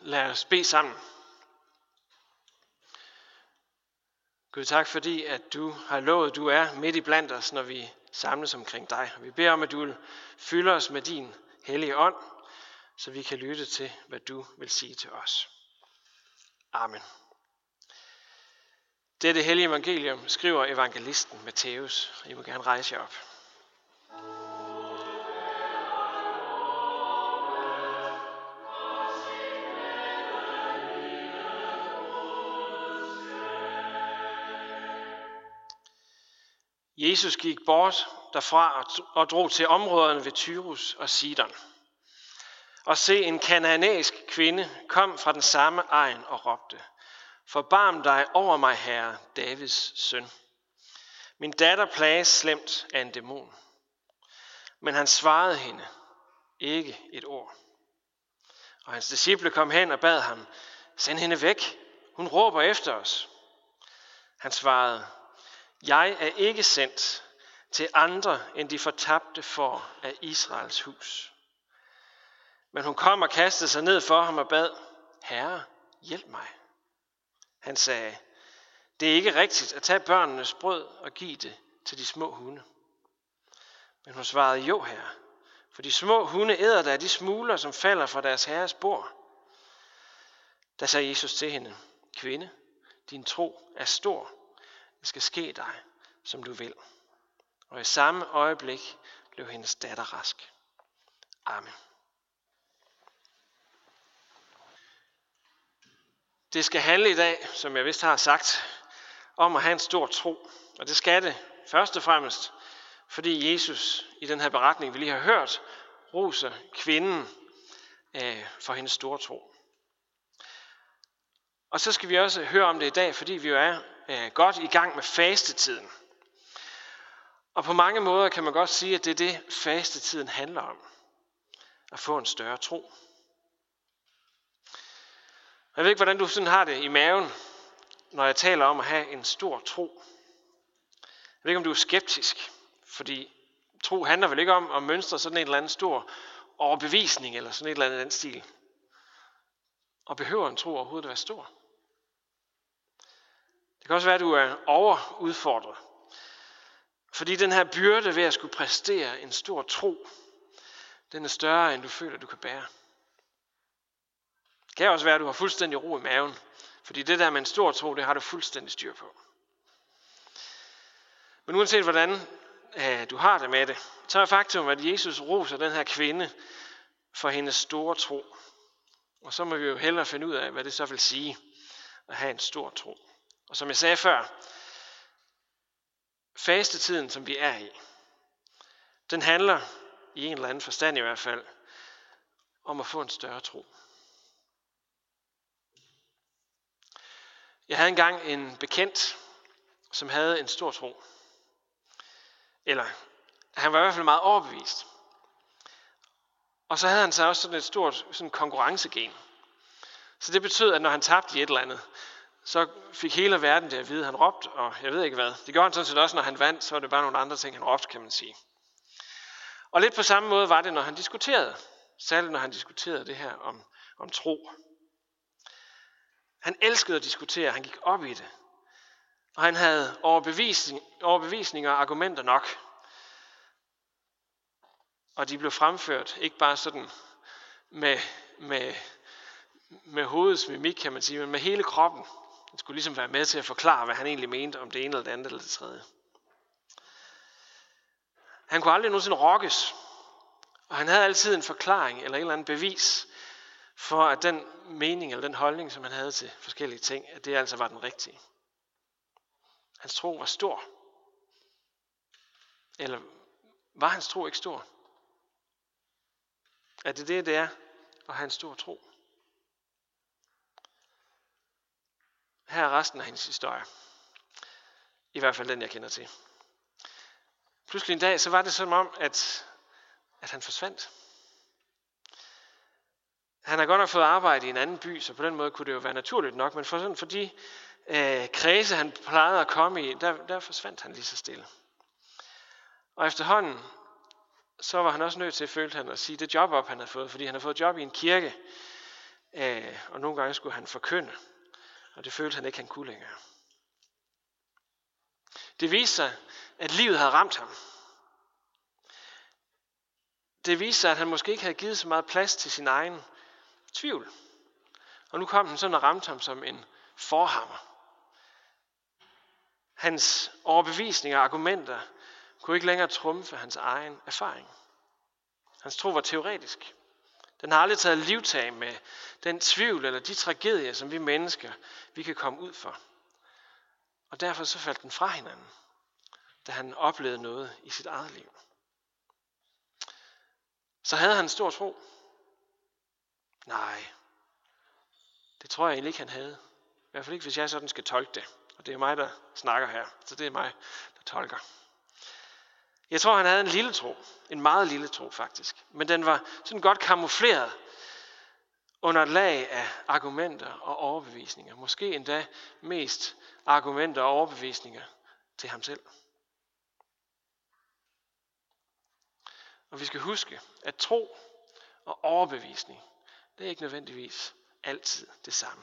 Lad os bede sammen. Gud, tak fordi, at du har lovet, du er midt i blandt os, når vi samles omkring dig. Vi beder om, at du vil fylde os med din hellige ånd, så vi kan lytte til, hvad du vil sige til os. Amen. Dette hellige evangelium skriver evangelisten Matthæus. I må gerne rejse jer op. Jesus gik bort derfra og drog til områderne ved Tyrus og Sidon. Og se, en kananæisk kvinde kom fra den samme egen og råbte: Forbarm dig over mig, Herre, Davids søn. Min datter plages slemt af en dæmon. Men han svarede hende ikke et ord. Og hans disciple kom hen og bad ham: Send hende væk, hun råber efter os. Han svarede: Jeg er ikke sendt til andre end de fortabte får af Israels hus. Men hun kom og kastede sig ned for ham og bad: Herre, hjælp mig. Han sagde: Det er ikke rigtigt at tage børnenes brød og give det til de små hunde. Men hun svarede: Jo, herre, for de små hunde æder der af de smuler, som falder fra deres herres bord. Da sagde Jesus til hende: Kvinde, din tro er stor. Det skal ske dig, som du vil. Og i samme øjeblik blev hendes datter rask. Amen. Det skal handle i dag, som jeg vist har sagt, om at have en stor tro. Og det skal det først og fremmest, fordi Jesus i den her beretning, vi lige har hørt, roser kvinden for hendes store tro. Og så skal vi også høre om det i dag, fordi vi jo er godt i gang med fastetiden. Og på mange måder kan man godt sige, at det er det, fastetiden handler om. At få en større tro. Jeg ved ikke, hvordan du sådan har det i maven, når jeg taler om at have en stor tro. Jeg ved ikke, om du er skeptisk, fordi tro handler vel ikke om at mønstre sådan en eller anden stor overbevisning, eller sådan et eller andet den stil. Og behøver en tro overhovedet at være stor? Det kan også være, at du er overudfordret. Fordi den her byrde ved at skulle præstere en stor tro, den er større, end du føler, du kan bære. Det kan også være, at du har fuldstændig ro i maven. Fordi det der med en stor tro, det har du fuldstændig styr på. Men uanset hvordan du har det med det, så er faktum, at Jesus roser den her kvinde for hendes store tro. Og så må vi jo hellere finde ud af, hvad det så vil sige at have en stor tro. Og som jeg sagde før, fastetiden, som vi er i, den handler i en eller anden forstand i hvert fald om at få en større tro. Jeg havde engang en bekendt, som havde en stor tro. Eller han var i hvert fald meget overbevist. Og så havde han så også sådan et stort konkurrencegen. Så det betød, at når han tabte i et eller andet, så fik hele verden det at vide, han råbte, og jeg ved ikke hvad. Det gjorde han sådan set også, når han vandt, så var det bare nogle andre ting, han råbte, kan man sige. Og lidt på samme måde var det, når han diskuterede. Særligt når han diskuterede det her om tro. Han elskede at diskutere, han gik op i det. Og han havde overbevisninger og argumenter nok. Og de blev fremført, ikke bare sådan med hovedets mimik, kan man sige, men med hele kroppen. Han skulle ligesom være med til at forklare, hvad han egentlig mente om det ene eller det andet eller det tredje. Han kunne aldrig nogensinde rokkes. Og han havde altid en forklaring eller en eller anden bevis for, at den mening eller den holdning, som han havde til forskellige ting, at det altså var den rigtige. Hans tro var stor. Eller var hans tro ikke stor? Er det det er at have en stor tro? Her er resten af hendes historie. I hvert fald den, jeg kender til. Pludselig en dag, så var det som om, at han forsvandt. Han har godt nok fået arbejde i en anden by, så på den måde kunne det jo være naturligt nok, men for de kredse, han plejede at komme i, der forsvandt han lige så stille. Og efterhånden, så var han også nødt til, følte han, at sige det job op, han havde fået, fordi han havde fået job i en kirke, Og nogle gange skulle han forkynde, og det følte han ikke, han kunne længere. Det viste sig, at livet havde ramt ham. Det viste sig, at han måske ikke havde givet så meget plads til sin egen tvivl. Og nu kom den sådan og ramte ham som en forhammer. Hans overbevisninger og argumenter kunne ikke længere trumfe hans egen erfaring. Hans tro var teoretisk. Den har aldrig taget livtag med den tvivl eller de tragedier, som vi mennesker vi kan komme ud for. Og derfor så faldt den fra hinanden, da han oplevede noget i sit eget liv. Så havde han stor tro? Nej, det tror jeg egentlig ikke, han havde. I hvert fald ikke, hvis jeg sådan skal tolke det. Og det er mig, der snakker her, så det er mig, der tolker. Jeg tror, han havde en lille tro. En meget lille tro, faktisk. Men den var sådan godt kamufleret under et lag af argumenter og overbevisninger. Måske endda mest argumenter og overbevisninger til ham selv. Og vi skal huske, at tro og overbevisning, det er ikke nødvendigvis altid det samme.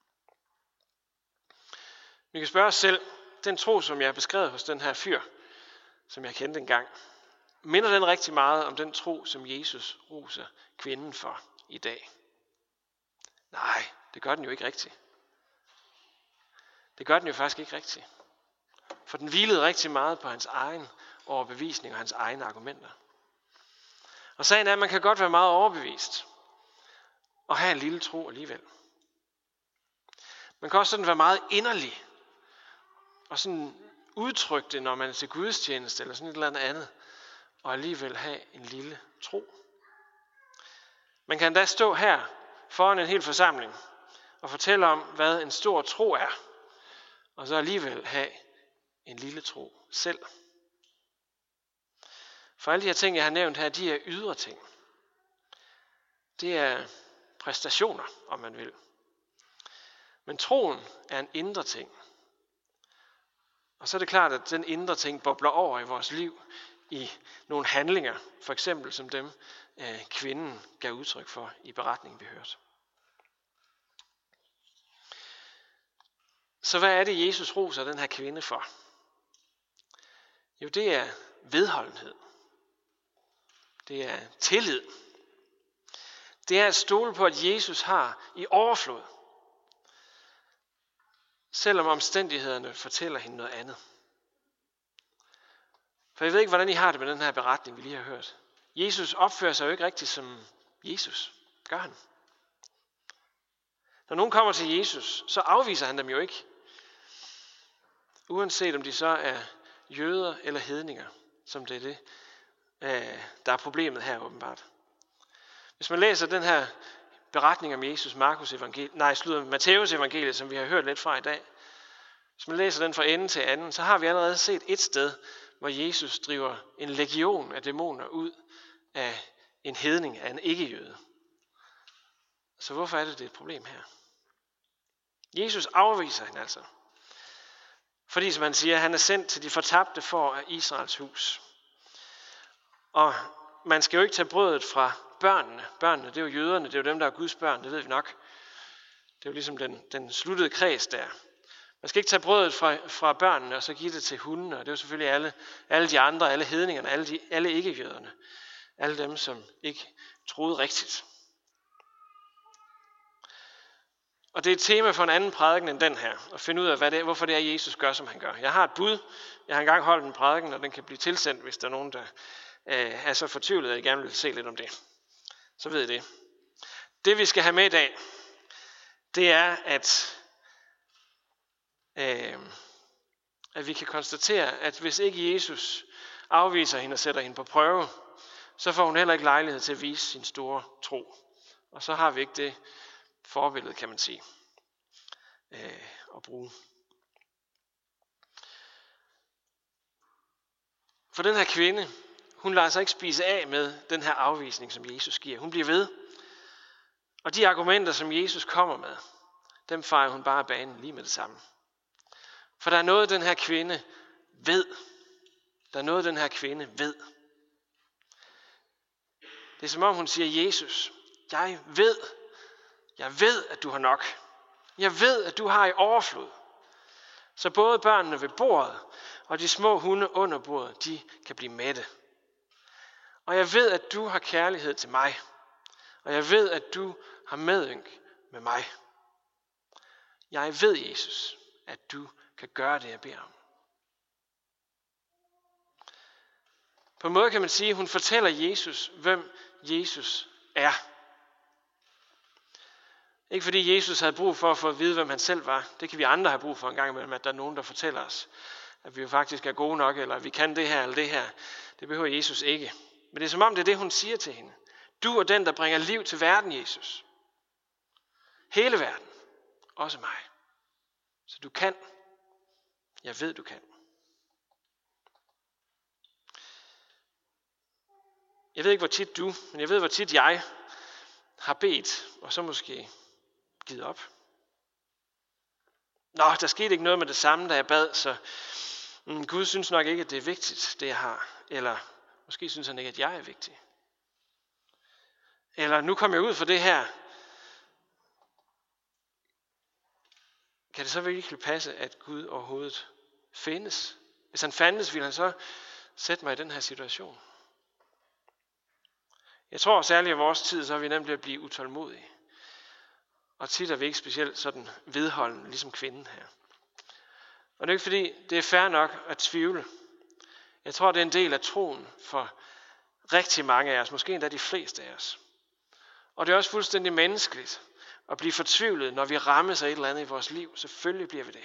Vi kan spørge os selv, den tro, som jeg har beskrevet hos den her fyr, som jeg kendte engang, minder den rigtig meget om den tro, som Jesus roser kvinden for i dag? Nej, det gør den jo ikke rigtigt. Det gør den jo faktisk ikke rigtigt. For den hvilede rigtig meget på hans egen overbevisning og hans egne argumenter. Og sagen er, at man kan godt være meget overbevist og have en lille tro alligevel. Man kan også sådan være meget inderlig og sådan udtrykke det, når man er til gudstjeneste eller sådan et eller andet, og alligevel have en lille tro. Man kan endda stå her foran en hel forsamling og fortælle om, hvad en stor tro er, og så alligevel have en lille tro selv. For alle de her ting, jeg har nævnt her, de er ydre ting. Det er præstationer, om man vil. Men troen er en indre ting. Og så er det klart, at den indre ting bobler over i vores liv i nogle handlinger, for eksempel som dem, kvinden gav udtryk for i beretningen, vi hørte. Så hvad er det, Jesus roser den her kvinde for? Jo, det er vedholdenhed. Det er tillid. Det er at stole på, at Jesus har i overflod, selvom omstændighederne fortæller hende noget andet. For jeg ved ikke, hvordan I har det med den her beretning, vi lige har hørt. Jesus opfører sig jo ikke rigtigt som Jesus. Gør han? Når nogen kommer til Jesus, så afviser han dem jo ikke. Uanset om de så er jøder eller hedninger, som det er det, der er problemet her åbenbart. Hvis man læser den her beretning om Jesus, Matthæus evangeliet, som vi har hørt lidt fra i dag. Hvis man læser den fra ende til anden, så har vi allerede set et sted, hvor Jesus driver en legion af dæmoner ud af en hedning, af en ikke-jøde. Så hvorfor er det et problem her? Jesus afviser hende altså. Fordi, som han siger, han er sendt til de fortabte får af Israels hus. Og man skal jo ikke tage brødet fra børnene. Børnene, det er jo jøderne, det er jo dem, der er Guds børn, det ved vi nok. Det er jo ligesom den sluttede kreds der. Man skal ikke tage brødet fra børnene og så give det til hundene, og det er jo selvfølgelig alle de andre, alle hedningerne, alle ikke-jøderne. Alle dem, som ikke troede rigtigt. Og det er et tema for en anden prædiken end den her, at finde ud af, hvorfor det er, Jesus gør, som han gør. Jeg har et bud. Jeg har engang holdt en prædiken, og den kan blive tilsendt, hvis der er nogen, der er så fortvivlet, at I gerne vil se lidt om det. Så ved I det. Det vi skal have med i dag, det er, at vi kan konstatere, at hvis ikke Jesus afviser hende og sætter hende på prøve, så får hun heller ikke lejlighed til at vise sin store tro. Og så har vi ikke det forbillede, kan man sige, at bruge. For den her kvinde, hun lader sig ikke spise af med den her afvisning, som Jesus giver. Hun bliver ved. Og de argumenter, som Jesus kommer med, dem fejrer hun bare af banen lige med det samme. For der er noget, den her kvinde ved. Der er noget, den her kvinde ved. Det er som om hun siger, Jesus, jeg ved, Jeg ved, at du har nok. Jeg ved, at du har i overflod. Så både børnene ved bordet og de små hunde under bordet, de kan blive mætte. Og jeg ved, at du har kærlighed til mig. Og jeg ved, at du har medynk med mig. Jeg ved, Jesus, at du kan gøre det, jeg beder om. På en måde kan man sige, at hun fortæller Jesus, hvem Jesus er. Ikke fordi Jesus havde brug for at få at vide, hvem han selv var. Det kan vi andre have brug for en gang imellem, at der er nogen, der fortæller os, at vi jo faktisk er gode nok, eller at vi kan det her eller det her. Det behøver Jesus ikke. Men det er som om, det er det, hun siger til hende. Du er den, der bringer liv til verden, Jesus. Hele verden. Også mig. Så du kan. Jeg ved, du kan. Jeg ved ikke, hvor tit du, men jeg ved, hvor tit jeg har bedt, og så måske givet op. Nå, der skete ikke noget med det samme, da jeg bad, så Gud synes nok ikke, at det er vigtigt, det jeg har. Eller måske synes han ikke, at jeg er vigtig. Eller nu kom jeg ud for det her. Kan det så virkelig passe, at Gud overhovedet findes? Hvis han fandtes, ville han så sætte mig i den her situation? Jeg tror særligt i vores tid, så er vi nemlig at blive utålmodige. Og tit er vi ikke specielt sådan vedholdende, ligesom kvinden her. Og det er ikke fordi, det er fair nok at tvivle. Jeg tror, det er en del af troen for rigtig mange af os, måske endda de fleste af os. Og det er også fuldstændig menneskeligt at blive fortvivlet, når vi rammes af et eller andet i vores liv. Selvfølgelig bliver vi det.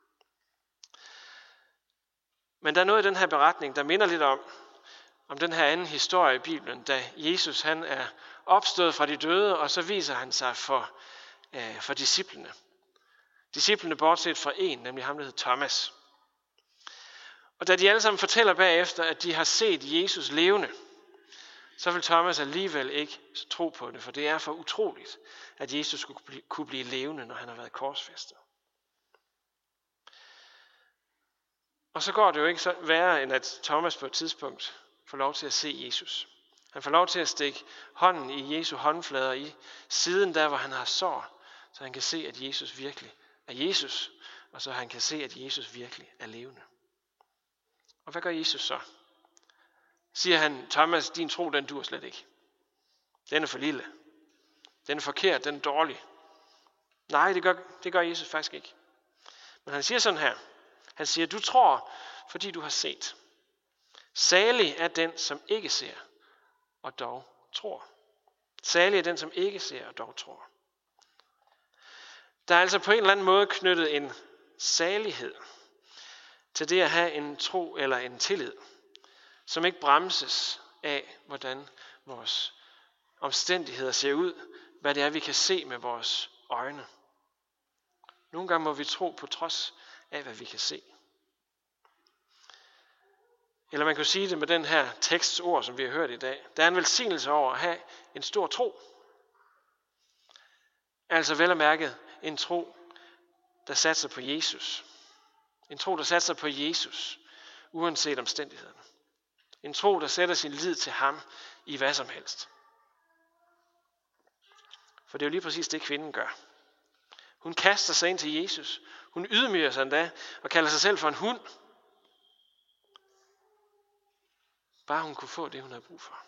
Men der er noget i den her beretning, der minder lidt om den her anden historie i Bibelen, da Jesus han er opstået fra de døde, og så viser han sig for disciplene. Disciplene bortset fra en, nemlig ham, der hed Thomas. Og da de alle sammen fortæller bagefter, at de har set Jesus levende, så vil Thomas alligevel ikke tro på det, for det er for utroligt, at Jesus kunne blive levende, når han har været korsfæstet. Og så går det jo ikke så værre, end at Thomas på et tidspunkt får lov til at se Jesus. Han får lov til at stikke hånden i Jesu håndflader i siden der, hvor han har sår, så han kan se, at Jesus virkelig er Jesus, og så han kan se, at Jesus virkelig er levende. Og hvad gør Jesus så? Siger han, Thomas, din tro, den dur slet ikke. Den er for lille. Den er forkert, den er dårlig. Nej, det gør Jesus faktisk ikke. Men han siger sådan her. Han siger, du tror, fordi du har set. Salig er den, som ikke ser, og dog tror. Salig er den, som ikke ser, og dog tror. Der er altså på en eller anden måde knyttet en salighed til det at have en tro eller en tillid, som ikke bremses af, hvordan vores omstændigheder ser ud, hvad det er, vi kan se med vores øjne. Nogle gange må vi tro på trods af, hvad vi kan se. Eller man kan sige det med den her teksts ord, som vi har hørt i dag. Der er en velsignelse over at have en stor tro. Altså vel at mærke en tro, der satser på Jesus. En tro, der satser på Jesus, uanset omstændighederne. En tro, der sætter sin lid til ham i hvad som helst. For det er jo lige præcis det, kvinden gør. Hun kaster sig ind til Jesus. Hun ydmyger sig endda og kalder sig selv for en hund. Bare hun kunne få det, hun havde brug for.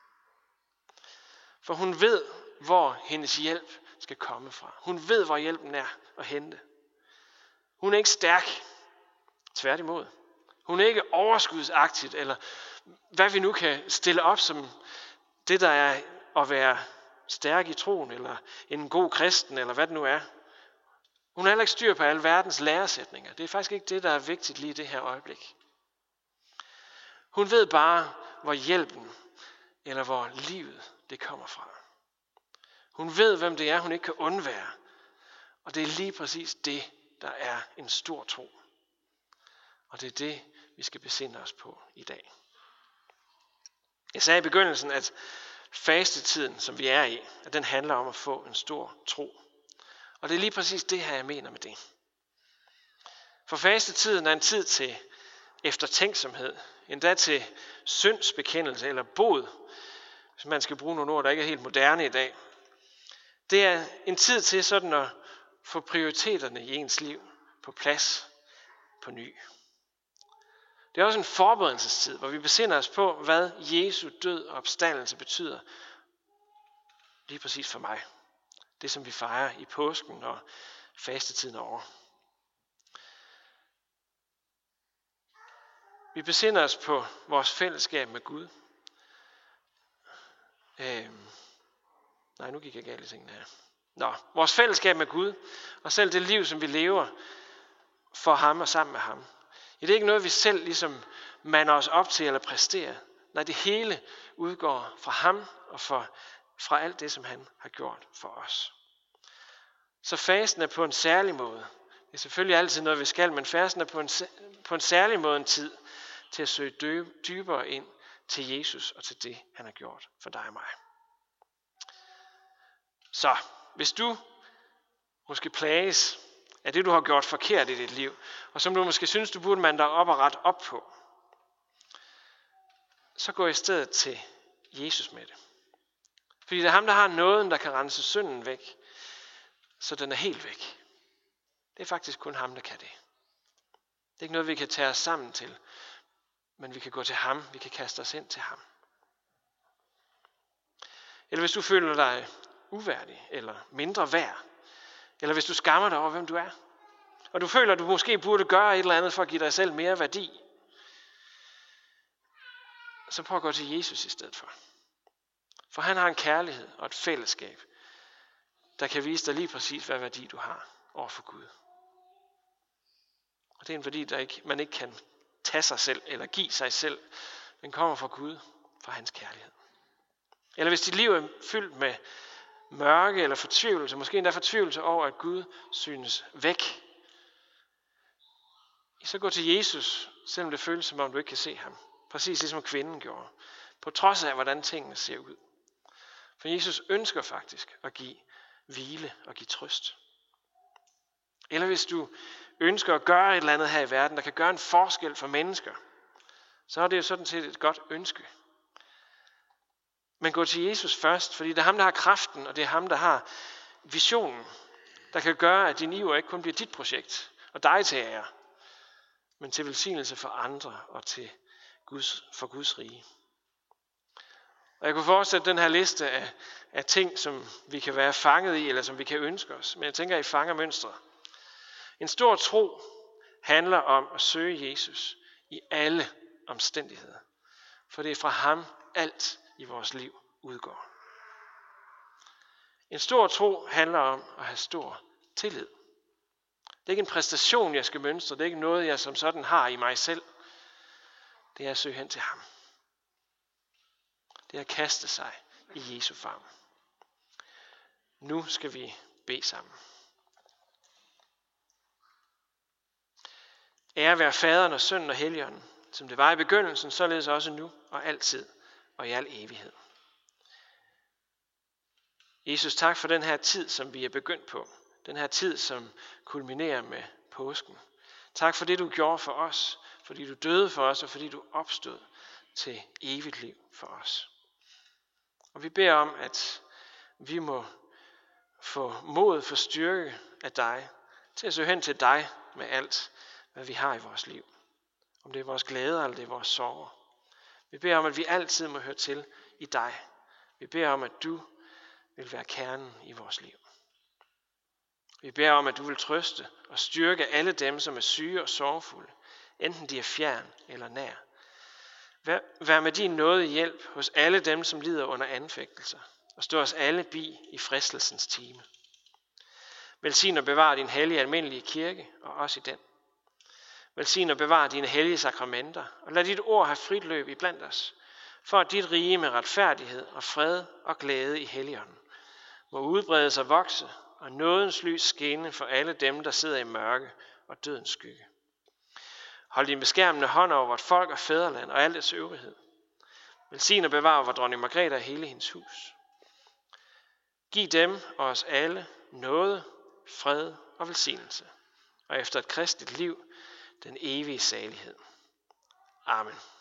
For hun ved, hvor hendes hjælp skal komme fra. Hun ved, hvor hjælpen er at hente. Hun er ikke stærk. Tværtimod. Hun er ikke overskudsagtigt, eller hvad vi nu kan stille op som det, der er at være stærk i troen, eller en god kristen, eller hvad det nu er. Hun har heller ikke styr på alle verdens læresætninger. Det er faktisk ikke det, der er vigtigt lige i det her øjeblik. Hun ved bare, hvor hjælpen, eller hvor livet, det kommer fra. Hun ved, hvem det er, hun ikke kan undvære. Og det er lige præcis det, der er en stor tro. Og det er det, vi skal besinde os på i dag. Jeg sagde i begyndelsen, at fastetiden, som vi er i, at den handler om at få en stor tro. Og det er lige præcis det her, jeg mener med det. For fastetiden er en tid til eftertænksomhed, endda til syndsbekendelse eller bod, hvis man skal bruge nogle ord, der ikke er helt moderne i dag. Det er en tid til sådan at få prioriteterne i ens liv på plads på ny. Det er også en forberedelsestid, hvor vi besinder os på, hvad Jesu død og opstandelse betyder lige præcis for mig. Det, som vi fejrer i påsken og fastetiden over. Vi besinder os på vores fællesskab med Gud. Nu gik jeg galt i tingene her. Vores fællesskab med Gud, og selv det liv, som vi lever for ham og sammen med ham. Det er ikke noget, vi selv ligesom mander os op til eller præsterer. Nej, det hele udgår fra ham og fra alt det, som han har gjort for os. Så fasten er på en særlig måde. Det er selvfølgelig altid noget, vi skal, men fasten er på en særlig måde en tid til at søge dybere ind til Jesus og til det, han har gjort for dig og mig. Så hvis du måske plages af det, du har gjort forkert i dit liv, og som du måske synes, du burde mande dig op og rette op på, så gå i stedet til Jesus med det. Fordi det er ham, der har nåden, der kan rense synden væk, så den er helt væk. Det er faktisk kun ham, der kan det. Det er ikke noget, vi kan tage os sammen til, men vi kan gå til ham, vi kan kaste os ind til ham. Eller hvis du føler dig uværdig eller mindre værd, eller hvis du skammer dig over, hvem du er, og du føler, at du måske burde gøre et eller andet for at give dig selv mere værdi, så prøv at gå til Jesus i stedet for. For han har en kærlighed og et fællesskab, der kan vise dig lige præcis, hvad værdi du har over for Gud. Og det er en værdi, man ikke kan tage sig selv eller give sig selv, men kommer fra Gud, fra hans kærlighed. Eller hvis dit liv er fyldt med mørke eller fortvivlelse, måske endda fortvivlelse over, at Gud synes væk, så gå til Jesus, selvom det føles, som om du ikke kan se ham. Præcis ligesom kvinden gjorde. På trods af, hvordan tingene ser ud. For Jesus ønsker faktisk at give hvile og give trøst. Eller hvis du ønsker at gøre et eller andet her i verden, der kan gøre en forskel for mennesker, så er det jo sådan set et godt ønske. Men gå til Jesus først, fordi det er ham, der har kraften, og det er ham, der har visionen, der kan gøre, at din iver ikke kun bliver dit projekt, og dig til ære, men til velsignelse for andre og for Guds rige. Og jeg kunne fortsætte den her liste af ting, som vi kan være fanget i, eller som vi kan ønske os. Men jeg tænker, I fanger mønstret. En stor tro handler om at søge Jesus i alle omstændigheder. For det er fra ham alt i vores liv udgår. En stor tro handler om at have stor tillid. Det er ikke en præstation, jeg skal mønstre. Det er ikke noget, jeg som sådan har i mig selv. Det er at søge hen til ham. Det er at kaste sig i Jesu favn. Nu skal vi bede sammen. Ære være Faderen og Sønnen og Helligånden, som det var i begyndelsen, således også nu og altid og i al evighed. Jesus, tak for den her tid, som vi er begyndt på. Den her tid, som kulminerer med påsken. Tak for det, du gjorde for os, fordi du døde for os, og fordi du opstod til evigt liv for os. Og vi beder om, at vi må få mod, få styrke af dig, til at søge hen til dig med alt, hvad vi har i vores liv. Om det er vores glæder, eller det er vores sorger. Vi beder om, at vi altid må høre til i dig. Vi beder om, at du vil være kernen i vores liv. Vi beder om, at du vil trøste og styrke alle dem, som er syge og sorgfulde, enten de er fjern eller nær. Vær med din nåde hjælp hos alle dem, som lider under anfægtelser, og stå os alle bi i fristelsens time. Velsign og bevar din hellige almindelige kirke, og også i den. Velsign og bevar dine hellige sakramenter, og lad dit ord have frit løb iblandt os, for at dit rige med retfærdighed og fred og glæde i Helligånden må udbredes og vokse, og nådens lys skinne for alle dem, der sidder i mørke og dødens skygge. Hold din beskærmende hånd over vort folk og fædreland og al dets øvrighed. Velsign og bevar vor dronning Margrethe og hele hendes hus. Giv dem og os alle nåde, fred og velsignelse, og efter et kristeligt liv den evige salighed. Amen.